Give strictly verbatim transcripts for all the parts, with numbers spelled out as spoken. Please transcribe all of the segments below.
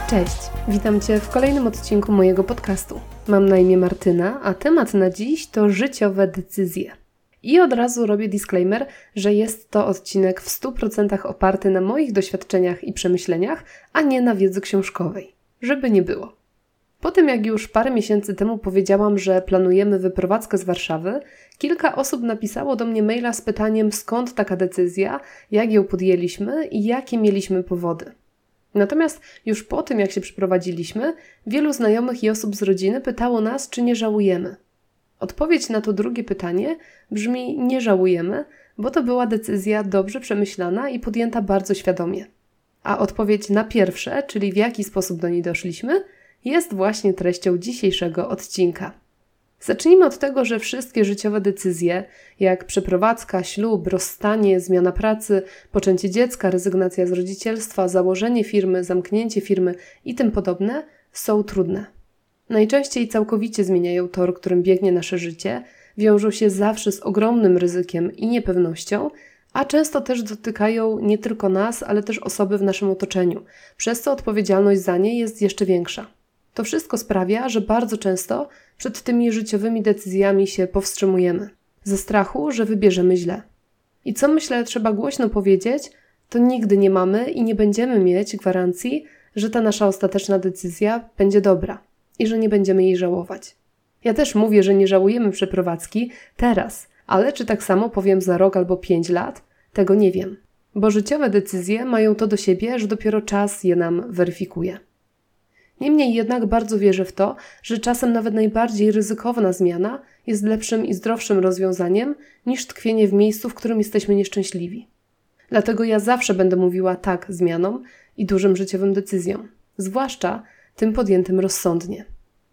Cześć, witam Cię w kolejnym odcinku mojego podcastu. Mam na imię Martyna, a temat na dziś to życiowe decyzje. I od razu robię disclaimer, że jest to odcinek w stu procentach oparty na moich doświadczeniach i przemyśleniach, a nie na wiedzy książkowej. Żeby nie było. Po tym jak już parę miesięcy temu powiedziałam, że planujemy wyprowadzkę z Warszawy, kilka osób napisało do mnie maila z pytaniem, skąd taka decyzja, jak ją podjęliśmy i jakie mieliśmy powody. Natomiast już po tym, jak się przeprowadziliśmy, wielu znajomych i osób z rodziny pytało nas, czy nie żałujemy. Odpowiedź na to drugie pytanie brzmi: nie żałujemy, bo to była decyzja dobrze przemyślana i podjęta bardzo świadomie. A odpowiedź na pierwsze, czyli w jaki sposób do niej doszliśmy, jest właśnie treścią dzisiejszego odcinka. Zacznijmy od tego, że wszystkie życiowe decyzje, jak przeprowadzka, ślub, rozstanie, zmiana pracy, poczęcie dziecka, rezygnacja z rodzicielstwa, założenie firmy, zamknięcie firmy i tym podobne, są trudne. Najczęściej całkowicie zmieniają tor, którym biegnie nasze życie, wiążą się zawsze z ogromnym ryzykiem i niepewnością, a często też dotykają nie tylko nas, ale też osoby w naszym otoczeniu, przez co odpowiedzialność za nie jest jeszcze większa. To wszystko sprawia, że bardzo często przed tymi życiowymi decyzjami się powstrzymujemy, ze strachu, że wybierzemy źle. I co myślę trzeba głośno powiedzieć, to nigdy nie mamy i nie będziemy mieć gwarancji, że ta nasza ostateczna decyzja będzie dobra i że nie będziemy jej żałować. Ja też mówię, że nie żałujemy przeprowadzki teraz, ale czy tak samo powiem za rok albo pięć lat? Tego nie wiem, bo życiowe decyzje mają to do siebie, że dopiero czas je nam weryfikuje. Niemniej jednak bardzo wierzę w to, że czasem nawet najbardziej ryzykowna zmiana jest lepszym i zdrowszym rozwiązaniem niż tkwienie w miejscu, w którym jesteśmy nieszczęśliwi. Dlatego ja zawsze będę mówiła tak zmianom i dużym życiowym decyzjom, zwłaszcza tym podjętym rozsądnie.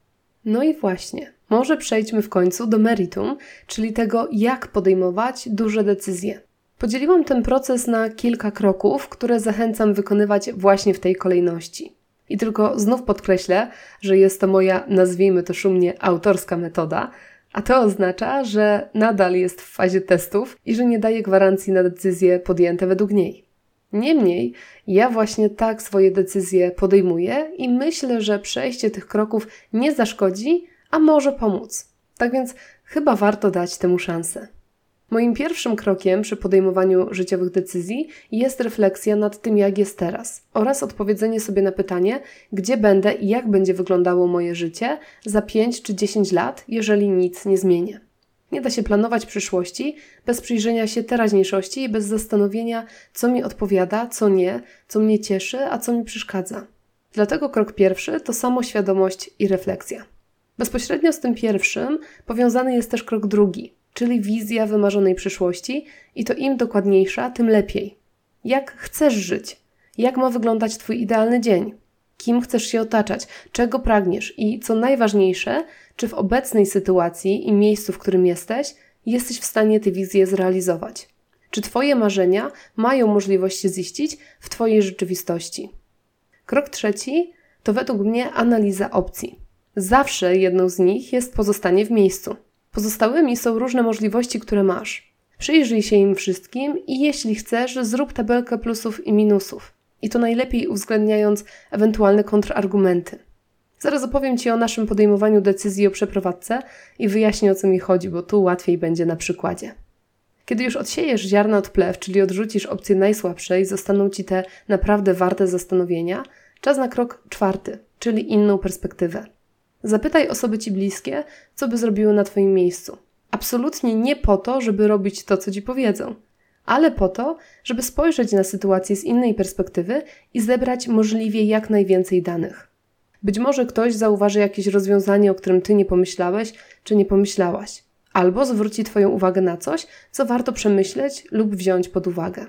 No i właśnie, może przejdźmy w końcu do meritum, czyli tego, jak podejmować duże decyzje. Podzieliłam ten proces na kilka kroków, które zachęcam wykonywać właśnie w tej kolejności. I tylko znów podkreślę, że jest to moja, nazwijmy to szumnie, autorska metoda, a to oznacza, że nadal jest w fazie testów i że nie daje gwarancji na decyzje podjęte według niej. Niemniej, ja właśnie tak swoje decyzje podejmuję i myślę, że przejście tych kroków nie zaszkodzi, a może pomóc. Tak więc chyba warto dać temu szansę. Moim pierwszym krokiem przy podejmowaniu życiowych decyzji jest refleksja nad tym, jak jest teraz oraz odpowiedzenie sobie na pytanie, gdzie będę i jak będzie wyglądało moje życie za pięć czy dziesięć lat, jeżeli nic nie zmienię. Nie da się planować przyszłości bez przyjrzenia się teraźniejszości i bez zastanowienia, co mi odpowiada, co nie, co mnie cieszy, a co mi przeszkadza. Dlatego krok pierwszy to samoświadomość i refleksja. Bezpośrednio z tym pierwszym powiązany jest też krok drugi, czyli wizja wymarzonej przyszłości i to im dokładniejsza, tym lepiej. Jak chcesz żyć? Jak ma wyglądać Twój idealny dzień? Kim chcesz się otaczać? Czego pragniesz? I co najważniejsze, czy w obecnej sytuacji i miejscu, w którym jesteś, jesteś w stanie tę wizję zrealizować? Czy Twoje marzenia mają możliwość się ziścić w Twojej rzeczywistości? Krok trzeci to według mnie analiza opcji. Zawsze jedną z nich jest pozostanie w miejscu. Pozostałymi są różne możliwości, które masz. Przyjrzyj się im wszystkim i jeśli chcesz, zrób tabelkę plusów i minusów. I to najlepiej uwzględniając ewentualne kontrargumenty. Zaraz opowiem Ci o naszym podejmowaniu decyzji o przeprowadzce i wyjaśnię, o co mi chodzi, bo tu łatwiej będzie na przykładzie. Kiedy już odsiejesz ziarna od plew, czyli odrzucisz opcje najsłabsze i zostaną Ci te naprawdę warte zastanowienia, czas na krok czwarty, czyli inną perspektywę. Zapytaj osoby Ci bliskie, co by zrobiły na Twoim miejscu. Absolutnie nie po to, żeby robić to, co Ci powiedzą, ale po to, żeby spojrzeć na sytuację z innej perspektywy i zebrać możliwie jak najwięcej danych. Być może ktoś zauważy jakieś rozwiązanie, o którym Ty nie pomyślałeś, czy nie pomyślałaś, albo zwróci Twoją uwagę na coś, co warto przemyśleć lub wziąć pod uwagę.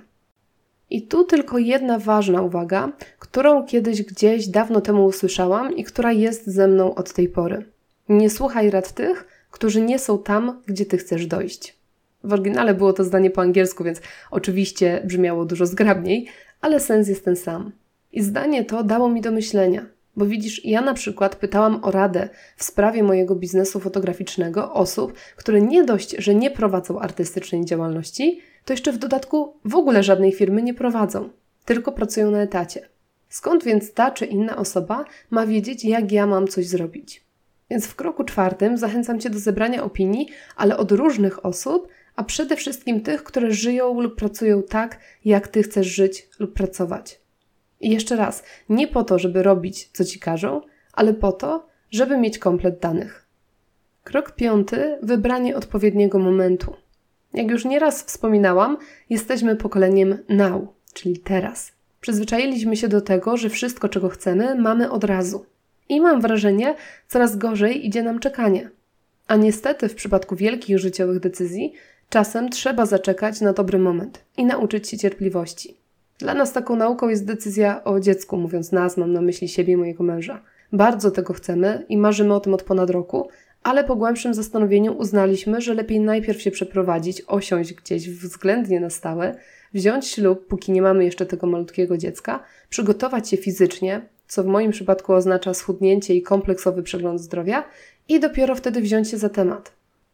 I tu tylko jedna ważna uwaga, którą kiedyś gdzieś dawno temu usłyszałam i która jest ze mną od tej pory. Nie słuchaj rad tych, którzy nie są tam, gdzie Ty chcesz dojść. W oryginale było to zdanie po angielsku, więc oczywiście brzmiało dużo zgrabniej, ale sens jest ten sam. I zdanie to dało mi do myślenia, bo widzisz, ja na przykład pytałam o radę w sprawie mojego biznesu fotograficznego osób, które nie dość, że nie prowadzą artystycznej działalności, to jeszcze w dodatku w ogóle żadnej firmy nie prowadzą, tylko pracują na etacie. Skąd więc ta czy inna osoba ma wiedzieć, jak ja mam coś zrobić? Więc w kroku czwartym zachęcam Cię do zebrania opinii, ale od różnych osób, a przede wszystkim tych, które żyją lub pracują tak, jak Ty chcesz żyć lub pracować. I jeszcze raz, nie po to, żeby robić, co Ci każą, ale po to, żeby mieć komplet danych. Krok piąty. Wybranie odpowiedniego momentu. Jak już nieraz wspominałam, jesteśmy pokoleniem now, czyli teraz. Przyzwyczailiśmy się do tego, że wszystko, czego chcemy, mamy od razu. I mam wrażenie, coraz gorzej idzie nam czekanie. A niestety w przypadku wielkich życiowych decyzji czasem trzeba zaczekać na dobry moment i nauczyć się cierpliwości. Dla nas taką nauką jest decyzja o dziecku, mówiąc nas, mam na myśli siebie i mojego męża. Bardzo tego chcemy i marzymy o tym od ponad roku, ale po głębszym zastanowieniu uznaliśmy, że lepiej najpierw się przeprowadzić, osiąść gdzieś względnie na stałe, wziąć ślub, póki nie mamy jeszcze tego malutkiego dziecka, przygotować się fizycznie, co w moim przypadku oznacza schudnięcie i kompleksowy przegląd zdrowia i dopiero wtedy wziąć się za temat.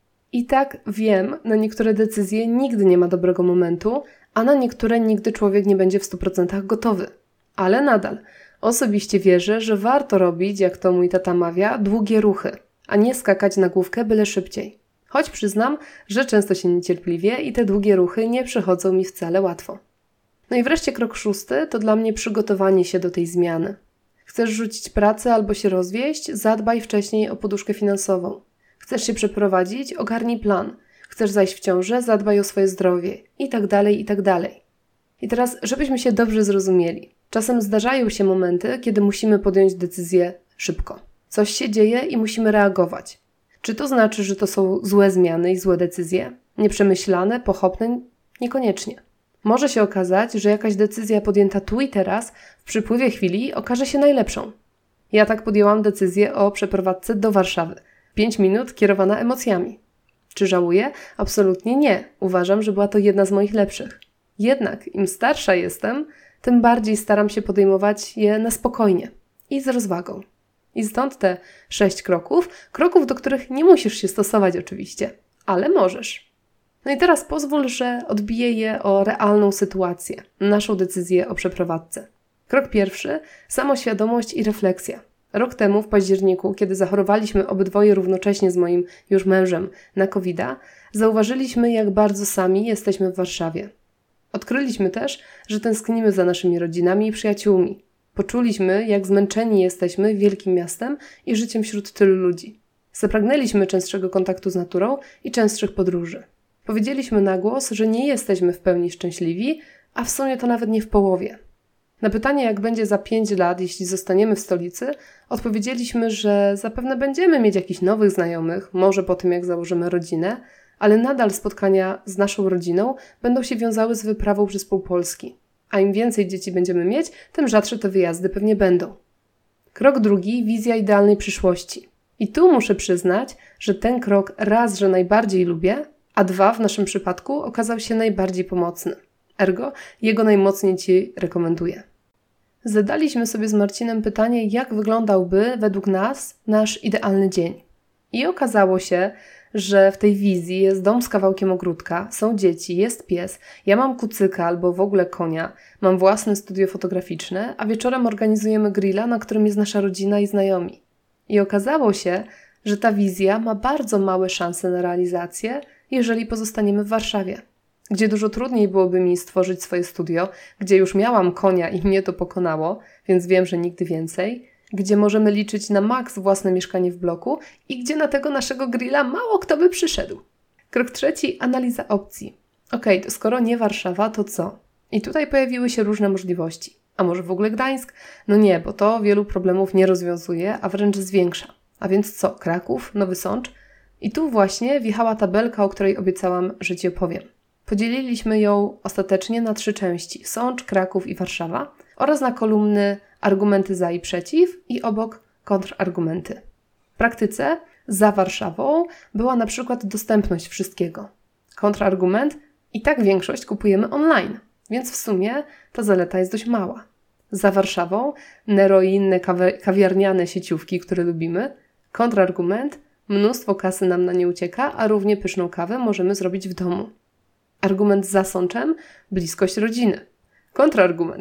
I tak wiem, na niektóre decyzje nigdy nie ma dobrego momentu, a na niektóre nigdy człowiek nie będzie w stu procentach gotowy. Ale nadal, osobiście wierzę, że warto robić, jak to mój tata mawia, długie ruchy, a nie skakać na główkę byle szybciej. Choć przyznam, że często się niecierpliwię i te długie ruchy nie przychodzą mi wcale łatwo. No i wreszcie krok szósty to dla mnie przygotowanie się do tej zmiany. Chcesz rzucić pracę albo się rozwieść? Zadbaj wcześniej o poduszkę finansową. Chcesz się przeprowadzić? Ogarnij plan. Chcesz zajść w ciążę? Zadbaj o swoje zdrowie. I tak dalej, i tak dalej. I teraz, żebyśmy się dobrze zrozumieli. Czasem zdarzają się momenty, kiedy musimy podjąć decyzję szybko. Coś się dzieje i musimy reagować. Czy to znaczy, że to są złe zmiany i złe decyzje? Nieprzemyślane, pochopne? Niekoniecznie. Może się okazać, że jakaś decyzja podjęta tu i teraz, w przypływie chwili, okaże się najlepszą. Ja tak podjęłam decyzję o przeprowadzce do Warszawy. Pięć minut kierowana emocjami. Czy żałuję? Absolutnie nie. Uważam, że była to jedna z moich lepszych. Jednak im starsza jestem, tym bardziej staram się podejmować je na spokojnie i z rozwagą. I stąd te sześć kroków, kroków, do których nie musisz się stosować oczywiście, ale możesz. No i teraz pozwól, że odbiję je o realną sytuację, naszą decyzję o przeprowadzce. Krok pierwszy, samoświadomość i refleksja. Rok temu, w październiku, kiedy zachorowaliśmy obydwoje równocześnie z moim już mężem na kowida, zauważyliśmy, jak bardzo sami jesteśmy w Warszawie. Odkryliśmy też, że tęsknimy za naszymi rodzinami i przyjaciółmi. Poczuliśmy, jak zmęczeni jesteśmy wielkim miastem i życiem wśród tylu ludzi. Zapragnęliśmy częstszego kontaktu z naturą i częstszych podróży. Powiedzieliśmy na głos, że nie jesteśmy w pełni szczęśliwi, a w sumie to nawet nie w połowie. Na pytanie, jak będzie za pięć lat, jeśli zostaniemy w stolicy, odpowiedzieliśmy, że zapewne będziemy mieć jakichś nowych znajomych, może po tym, jak założymy rodzinę, ale nadal spotkania z naszą rodziną będą się wiązały z wyprawą przez pół Polski. A im więcej dzieci będziemy mieć, tym rzadsze te wyjazdy pewnie będą. Krok drugi, wizja idealnej przyszłości. I tu muszę przyznać, że ten krok raz, że najbardziej lubię, a dwa, w naszym przypadku, okazał się najbardziej pomocny. Ergo, jego najmocniej Ci rekomenduję. Zadaliśmy sobie z Marcinem pytanie, jak wyglądałby według nas nasz idealny dzień. I okazało się, że w tej wizji jest dom z kawałkiem ogródka, są dzieci, jest pies, ja mam kucyka albo w ogóle konia, mam własne studio fotograficzne, a wieczorem organizujemy grilla, na którym jest nasza rodzina i znajomi. I okazało się, że ta wizja ma bardzo małe szanse na realizację, jeżeli pozostaniemy w Warszawie, gdzie dużo trudniej byłoby mi stworzyć swoje studio, gdzie już miałam konia i mnie to pokonało, więc wiem, że nigdy więcej, gdzie możemy liczyć na maks własne mieszkanie w bloku i gdzie na tego naszego grilla mało kto by przyszedł. Krok trzeci, analiza opcji. Okej, to skoro nie Warszawa, to co? I tutaj pojawiły się różne możliwości. A może w ogóle Gdańsk? No nie, bo to wielu problemów nie rozwiązuje, a wręcz zwiększa. A więc co? Kraków? Nowy Sącz? I tu właśnie wjechała tabelka, o której obiecałam, że Ci opowiem. Podzieliliśmy ją ostatecznie na trzy części. Sącz, Kraków i Warszawa oraz na kolumny argumenty za i przeciw i obok kontrargumenty. W praktyce za Warszawą była na przykład dostępność wszystkiego. Kontrargument i tak większość kupujemy online, więc w sumie ta zaleta jest dość mała. Za Warszawą Nero i inne kawi- kawiarniane sieciówki, które lubimy. Kontrargument mnóstwo kasy nam na nie ucieka, a równie pyszną kawę możemy zrobić w domu. Argument za Sączem bliskość rodziny. Kontrargument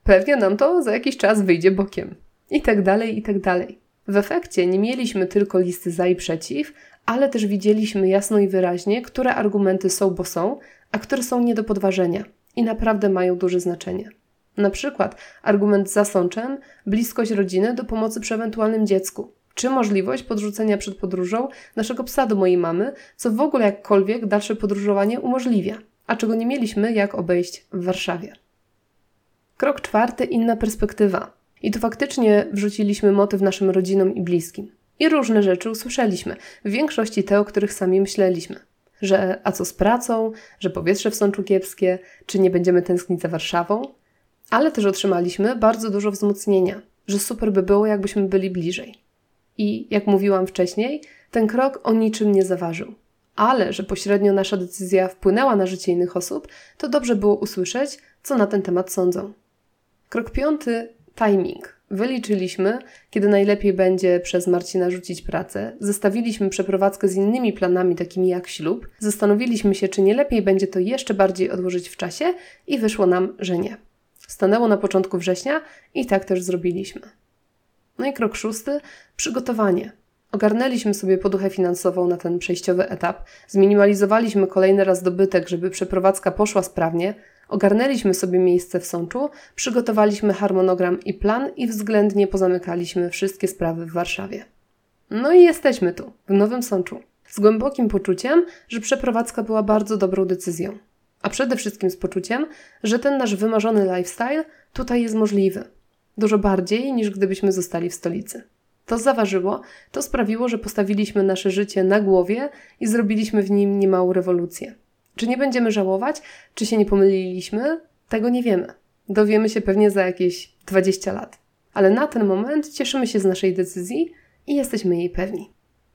Pewnie nam to za jakiś czas wyjdzie bokiem. I tak dalej, i tak dalej. W efekcie nie mieliśmy tylko listy za i przeciw, ale też widzieliśmy jasno i wyraźnie, które argumenty są, bo są, a które są nie do podważenia i naprawdę mają duże znaczenie. Na przykład argument za sączem, bliskość rodziny do pomocy przy ewentualnym dziecku, czy możliwość podrzucenia przed podróżą naszego psa do mojej mamy, co w ogóle jakkolwiek dalsze podróżowanie umożliwia, a czego nie mieliśmy jak obejść w Warszawie. Krok czwarty, inna perspektywa. I tu faktycznie wrzuciliśmy motyw naszym rodzinom i bliskim. I różne rzeczy usłyszeliśmy, w większości te, o których sami myśleliśmy. Że a co z pracą, że powietrze w Sączu kiepskie, czy nie będziemy tęsknić za Warszawą. Ale też otrzymaliśmy bardzo dużo wzmocnienia, że super by było, jakbyśmy byli bliżej. I jak mówiłam wcześniej, ten krok o niczym nie zaważył. Ale że pośrednio nasza decyzja wpłynęła na życie innych osób, to dobrze było usłyszeć, co na ten temat sądzą. Krok piąty. Timing. Wyliczyliśmy, kiedy najlepiej będzie przez Marcina rzucić pracę, zestawiliśmy przeprowadzkę z innymi planami takimi jak ślub, zastanowiliśmy się, czy nie lepiej będzie to jeszcze bardziej odłożyć w czasie i wyszło nam, że nie. Stanęło na początku września i tak też zrobiliśmy. No i krok szósty. Przygotowanie. Ogarnęliśmy sobie poduchę finansową na ten przejściowy etap, zminimalizowaliśmy kolejny raz dobytek, żeby przeprowadzka poszła sprawnie, ogarnęliśmy sobie miejsce w Sączu, przygotowaliśmy harmonogram i plan i względnie pozamykaliśmy wszystkie sprawy w Warszawie. No i jesteśmy tu, w Nowym Sączu, z głębokim poczuciem, że przeprowadzka była bardzo dobrą decyzją. A przede wszystkim z poczuciem, że ten nasz wymarzony lifestyle tutaj jest możliwy. Dużo bardziej niż gdybyśmy zostali w stolicy. To zaważyło, to sprawiło, że postawiliśmy nasze życie na głowie i zrobiliśmy w nim niemałą rewolucję. Czy nie będziemy żałować? Czy się nie pomyliliśmy? Tego nie wiemy. Dowiemy się pewnie za jakieś dwadzieścia lat. Ale na ten moment cieszymy się z naszej decyzji i jesteśmy jej pewni.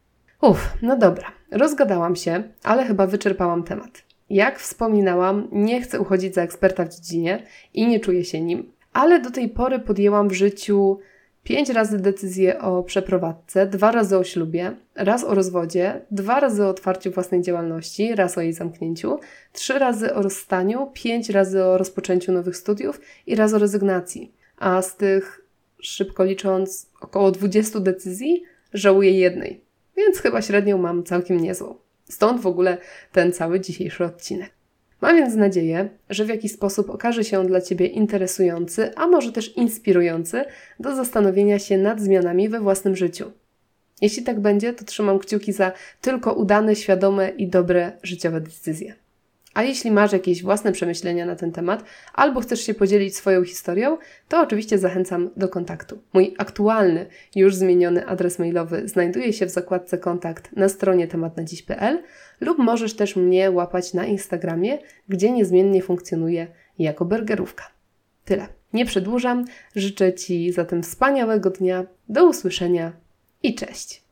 Uff, no dobra. Rozgadałam się, ale chyba wyczerpałam temat. Jak wspominałam, nie chcę uchodzić za eksperta w dziedzinie i nie czuję się nim. Ale do tej pory podjęłam w życiu pięć razy decyzję o przeprowadzce, dwa razy o ślubie, raz o rozwodzie, dwa razy o otwarciu własnej działalności, raz o jej zamknięciu, trzy razy o rozstaniu, pięć razy o rozpoczęciu nowych studiów i raz o rezygnacji. A z tych, szybko licząc, około dwudziestu decyzji żałuję jednej, więc chyba średnią mam całkiem niezłą. Stąd w ogóle ten cały dzisiejszy odcinek. Mam więc nadzieję, że w jakiś sposób okaże się on dla Ciebie interesujący, a może też inspirujący do zastanowienia się nad zmianami we własnym życiu. Jeśli tak będzie, to trzymam kciuki za tylko udane, świadome i dobre życiowe decyzje. A jeśli masz jakieś własne przemyślenia na ten temat, albo chcesz się podzielić swoją historią, to oczywiście zachęcam do kontaktu. Mój aktualny, już zmieniony adres mailowy znajduje się w zakładce kontakt na stronie temat na dziś kropka p l lub możesz też mnie łapać na Instagramie, gdzie niezmiennie funkcjonuję jako burgerówka. Tyle. Nie przedłużam. Życzę Ci zatem wspaniałego dnia. Do usłyszenia i cześć!